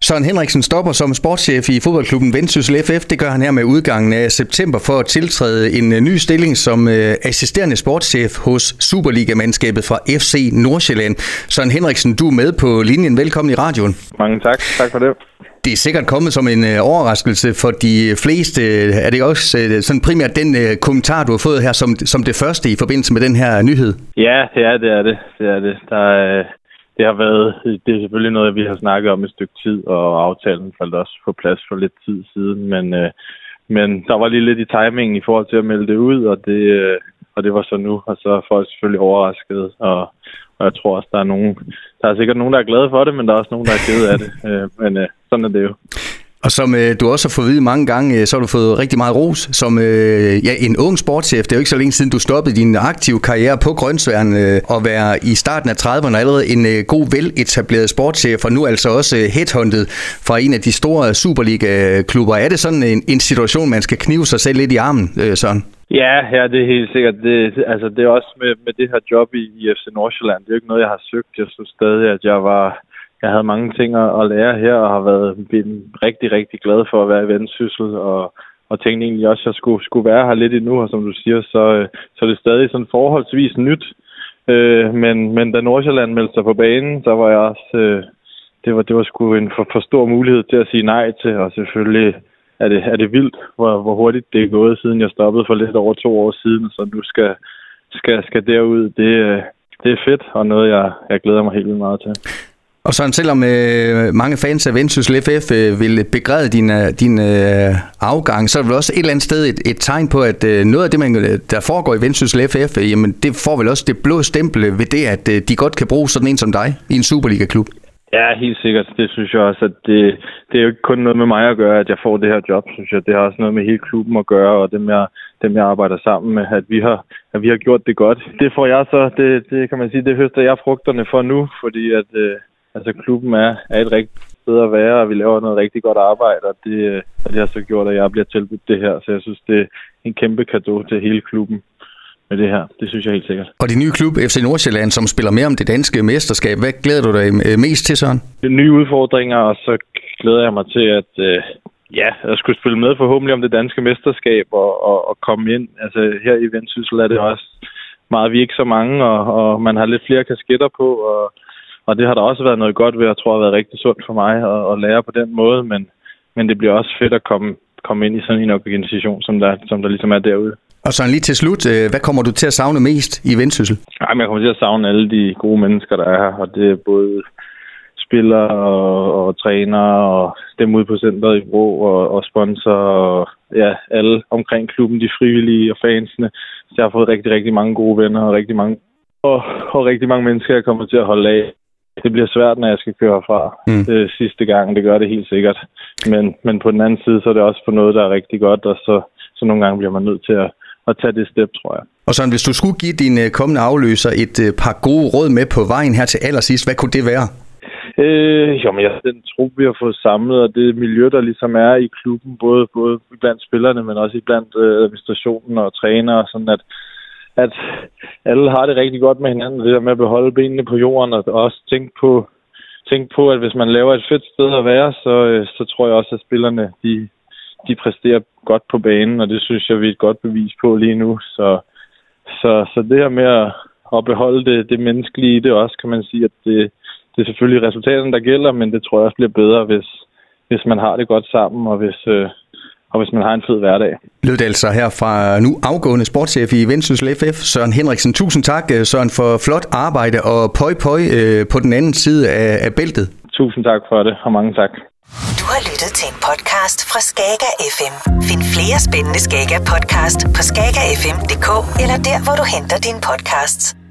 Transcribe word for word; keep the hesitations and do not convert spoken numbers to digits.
Søren Henriksen stopper som sportschef i fodboldklubben Vendsyssel F F. Det gør han her med udgangen af september for at tiltræde en ny stilling som assisterende sportschef hos Superliga-mandskabet fra F C Nordsjælland. Søren Henriksen, du er med på linjen. Velkommen i radioen. Mange tak. Tak for det. Det er sikkert kommet som en uh, overraskelse for de fleste. Er det også uh, sådan primært den uh, kommentar, du har fået her som, som det første i forbindelse med den her nyhed? Ja, det er det. Er det. det, er det. Der er, det har været, det er selvfølgelig noget, vi har snakket om et stykke tid, og aftalen faldt også på plads for lidt tid siden. Men, uh, men der var lige lidt i timingen i forhold til at melde det ud, og det, uh, og det var så nu. Og så er folk selvfølgelig overrasket, og Og jeg tror også, der er nogen, der er sikkert nogen, der er glade for det, men der er også nogen, der er kede af det. Men øh, sådan er det jo. Og som øh, du også har fået at vide mange gange, så har du fået rigtig meget ros som øh, ja, en ung sportschef. Det er jo ikke så længe siden, du stoppede din aktive karriere på Grønsværen øh, og være i starten af trediverne allerede en øh, god, veletableret sportschef, og nu altså også øh, headhunted fra en af de store Superliga-klubber. Er det sådan en, en situation, man skal knive sig selv lidt i armen, øh, Søren? Ja, ja, det er helt sikkert. Det, altså, det er også med, med det her job i, i F C Nordsjælland. Det er jo ikke noget, jeg har søgt. Jeg synes stadig, at jeg var... Jeg havde mange ting at lære her, og har været rigtig, rigtig glad for at være i Vendsyssel, og, og tænkte egentlig også, at jeg skulle, skulle være her lidt endnu, og som du siger, så, så er det stadig sådan forholdsvis nyt. Øh, men, men da Nordsjælland meldte sig på banen, så var jeg også... Øh, det, var, det var sgu en for, for stor mulighed til at sige nej til, og selvfølgelig... Er det, er det vildt, hvor, hvor hurtigt det er gået, siden jeg stoppede for lidt over to år siden, så nu skal, skal, skal derud. Det, det er fedt, og noget, jeg, jeg glæder mig helt vildt meget til. Og sådan, selvom øh, mange fans af Vendsyssel F F øh, vil begræde din, din øh, afgang, så er det vel også et eller andet sted et, et tegn på, at øh, noget af det, man, der foregår i Vendsyssel F F, øh, jamen det får vel også det blå stempel ved det, at øh, de godt kan bruge sådan en som dig i en Superliga-klub. Ja, helt sikkert. Det synes jeg også, at det, det er jo ikke kun noget med mig at gøre, at jeg får det her job, synes jeg. Det har også noget med hele klubben at gøre, og dem jeg, dem jeg arbejder sammen med, at vi har, at vi har gjort det godt. Det får jeg så, det, det kan man sige, det høster jeg frugterne for nu, fordi at øh, altså, klubben er, er et rigtigt sted at være, og vi laver noget rigtig godt arbejde, og det, og det har så gjort, at jeg bliver tilbudt det her. Så jeg synes, det er en kæmpe cadeau til hele klubben med det her. Det synes jeg helt sikkert. Og din nye klub, F C Nordsjælland, som spiller mere om det danske mesterskab, hvad glæder du dig mest til, Søren? Nye udfordringer, og så glæder jeg mig til, at øh, ja, jeg skulle spille med forhåbentlig om det danske mesterskab og, og, og komme ind. Altså her i Vendsyssel er det også meget, vi er ikke så mange, og, og man har lidt flere kasketter på, og, og det har der også været noget godt ved, og jeg tror, det har været rigtig sundt for mig at, at lære på den måde, men, men det bliver også fedt at komme, komme ind i sådan en organisation, som der, som der ligesom er derude. Og så lige til slut, hvad kommer du til at savne mest i Vendsyssel? Jamen, jeg kommer til at savne alle de gode mennesker, der er her, og det er både spillere og, og trænere og dem ude på centret i Bro og, og sponsorer og ja, alle omkring klubben, de frivillige og fansene. Så jeg har fået rigtig, rigtig mange gode venner og rigtig mange, og, og rigtig mange mennesker, jeg kommer til at holde af. Det bliver svært, når jeg skal køre herfra mm. det sidste gang. Det gør det helt sikkert. Men, men på den anden side, så er det også på noget, der er rigtig godt, og så, så nogle gange bliver man nødt til at at tage det step, tror jeg. Og så hvis du skulle give din kommende afløser et par gode råd med på vejen her til allersidst, hvad kunne det være? Øh, jo, men jeg, den trup, vi har fået samlet, og det miljø, der ligesom er i klubben, både, både blandt spillerne, men også blandt øh, administrationen og trænere, sådan at, at alle har det rigtig godt med hinanden, det der med at beholde benene på jorden, og også tænke på, tænke på at hvis man laver et fedt sted at være, så, øh, så tror jeg også, at spillerne, de de præsterer godt på banen, og det synes jeg, vi er et godt bevis på lige nu. Så, så, så det her med at, at beholde det, det menneskelige i det også, kan man sige, at det, det er selvfølgelig resultaterne, der gælder, men det tror jeg også bliver bedre, hvis, hvis man har det godt sammen, og hvis, øh, og hvis man har en fed hverdag. Lød det altså her fra nu afgående sportschef i Vendsyssel F F, Søren Henriksen. Tusind tak, Søren, for flot arbejde, og pøj pøj øh, på den anden side af, af bæltet. Tusind tak for det, og mange tak. Du har lyttet til en podcast fra Skager F M. Find flere spændende Skager podcast på skager f m punktum d k eller der, hvor du henter dine podcasts.